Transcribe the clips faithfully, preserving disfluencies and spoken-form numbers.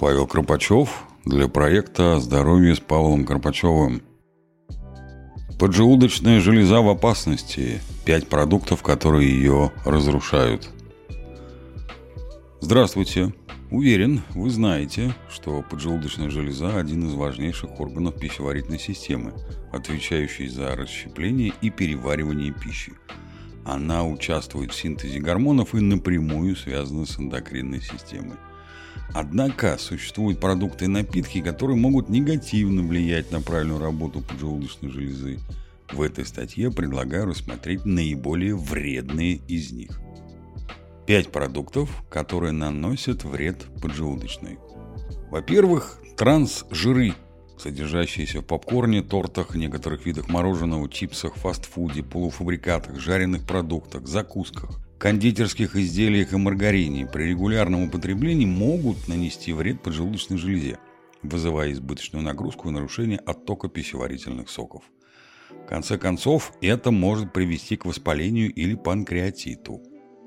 Павел Кропачев для проекта «Здоровье с Павлом Кропачевым». Поджелудочная железа в опасности. Пять продуктов, которые ее разрушают. Здравствуйте. Уверен, вы знаете, что поджелудочная железа – один из важнейших органов пищеварительной системы, отвечающий за расщепление и переваривание пищи. Она участвует в синтезе гормонов и напрямую связана с эндокринной системой. Однако существуют продукты и напитки, которые могут негативно влиять на правильную работу поджелудочной железы. В этой статье предлагаю рассмотреть наиболее вредные из них. Пять продуктов, которые наносят вред поджелудочной. Во-первых, трансжиры, содержащиеся в попкорне, тортах, некоторых видах мороженого, чипсах, фастфуде, полуфабрикатах, жареных продуктах, закусках, кондитерских изделиях и маргарине при регулярном употреблении могут нанести вред поджелудочной железе, вызывая избыточную нагрузку и нарушение оттока пищеварительных соков. В конце концов, это может привести к воспалению или панкреатиту.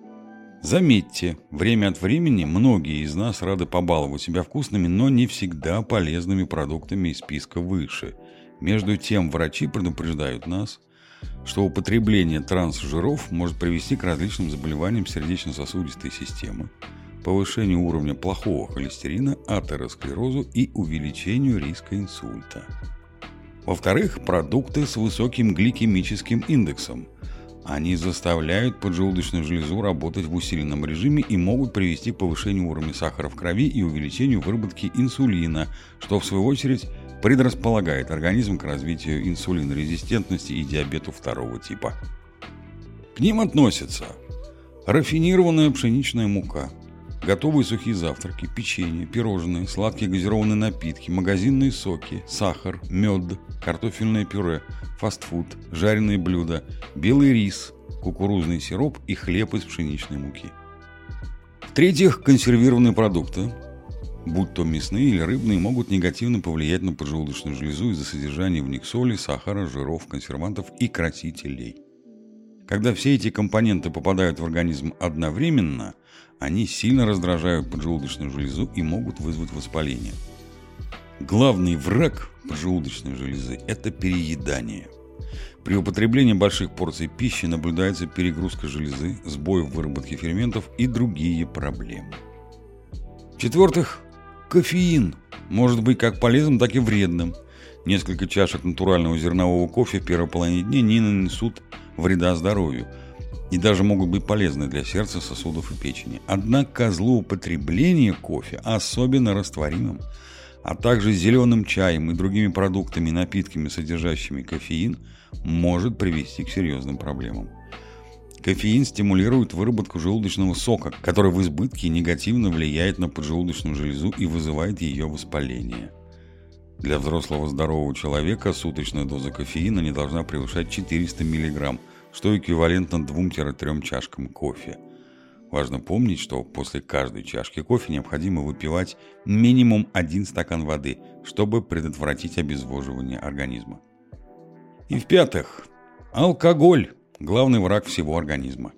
Заметьте, время от времени многие из нас рады побаловать себя вкусными, но не всегда полезными продуктами из списка выше. Между тем, врачи предупреждают нас, что употребление трансжиров может привести к различным заболеваниям сердечно-сосудистой системы, повышению уровня плохого холестерина, атеросклерозу и увеличению риска инсульта. Во-вторых, продукты с высоким гликемическим индексом. Они заставляют поджелудочную железу работать в усиленном режиме и могут привести к повышению уровня сахара в крови и увеличению выработки инсулина, что в свою очередь предрасполагает организм к развитию инсулинорезистентности и диабету второго типа. К ним относятся рафинированная пшеничная мука, готовые сухие завтраки, печенье, пирожные, сладкие газированные напитки, магазинные соки, сахар, мед, картофельное пюре, фастфуд, жареные блюда, белый рис, кукурузный сироп и хлеб из пшеничной муки. В-третьих, консервированные продукты, будь то мясные или рыбные, могут негативно повлиять на поджелудочную железу из-за содержания в них соли, сахара, жиров, консервантов и красителей. Когда все эти компоненты попадают в организм одновременно, они сильно раздражают поджелудочную железу и могут вызвать воспаление. Главный враг поджелудочной железы – это переедание. При употреблении больших порций пищи наблюдается перегрузка железы, сбой в выработке ферментов и другие проблемы. В-четвертых, кофеин может быть как полезным, так и вредным. Несколько чашек натурального зернового кофе в первой половине дня не нанесут вреда здоровью и даже могут быть полезны для сердца, сосудов и печени. Однако злоупотребление кофе, особенно растворимым, а также зеленым чаем и другими продуктами и напитками, содержащими кофеин, может привести к серьезным проблемам. Кофеин стимулирует выработку желудочного сока, который в избытке негативно влияет на поджелудочную железу и вызывает ее воспаление. Для взрослого здорового человека суточная доза кофеина не должна превышать четыреста миллиграмм, что эквивалентно двум-трем чашкам кофе. Важно помнить, что после каждой чашки кофе необходимо выпивать минимум один стакан воды, чтобы предотвратить обезвоживание организма. И в-пятых, алкоголь – главный враг всего организма.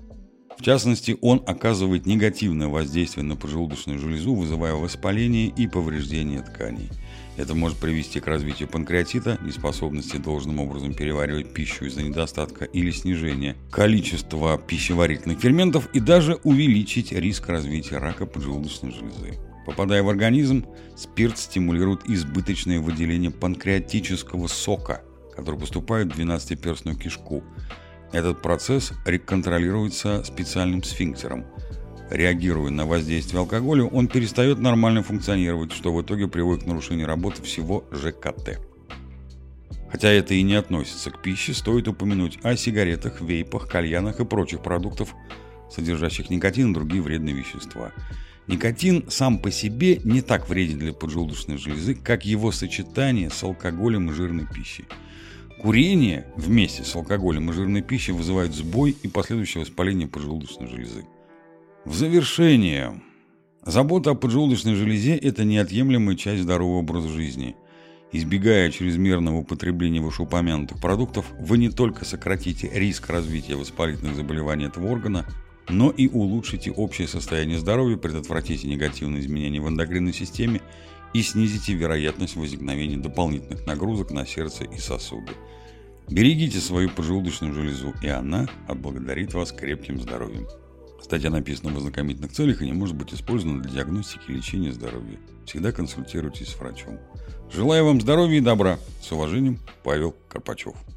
В частности, он оказывает негативное воздействие на поджелудочную железу, вызывая воспаление и повреждение тканей. Это может привести к развитию панкреатита, неспособности должным образом переваривать пищу из-за недостатка или снижения количества пищеварительных ферментов и даже увеличить риск развития рака поджелудочной железы. Попадая в организм, спирт стимулирует избыточное выделение панкреатического сока, который поступает в двенадцатиперстную кишку. Этот процесс контролируется специальным сфинктером. Реагируя на воздействие алкоголя, он перестает нормально функционировать, что в итоге приводит к нарушению работы всего ЖКТ. Хотя это и не относится к пище, стоит упомянуть о сигаретах, вейпах, кальянах и прочих продуктах, содержащих никотин и другие вредные вещества. Никотин сам по себе не так вреден для поджелудочной железы, как его сочетание с алкоголем и жирной пищей. Курение вместе с алкоголем и жирной пищей вызывает сбой и последующее воспаление поджелудочной железы. В завершение. Забота о поджелудочной железе – это неотъемлемая часть здорового образа жизни. Избегая чрезмерного употребления вышеупомянутых продуктов, вы не только сократите риск развития воспалительных заболеваний этого органа, но и улучшите общее состояние здоровья, предотвратите негативные изменения в эндокринной системе и снизите вероятность возникновения дополнительных нагрузок на сердце и сосуды. Берегите свою поджелудочную железу, и она отблагодарит вас крепким здоровьем. Статья написана в ознакомительных целях и не может быть использована для диагностики и лечения здоровья. Всегда консультируйтесь с врачом. Желаю вам здоровья и добра. С уважением, Павел Карпачев.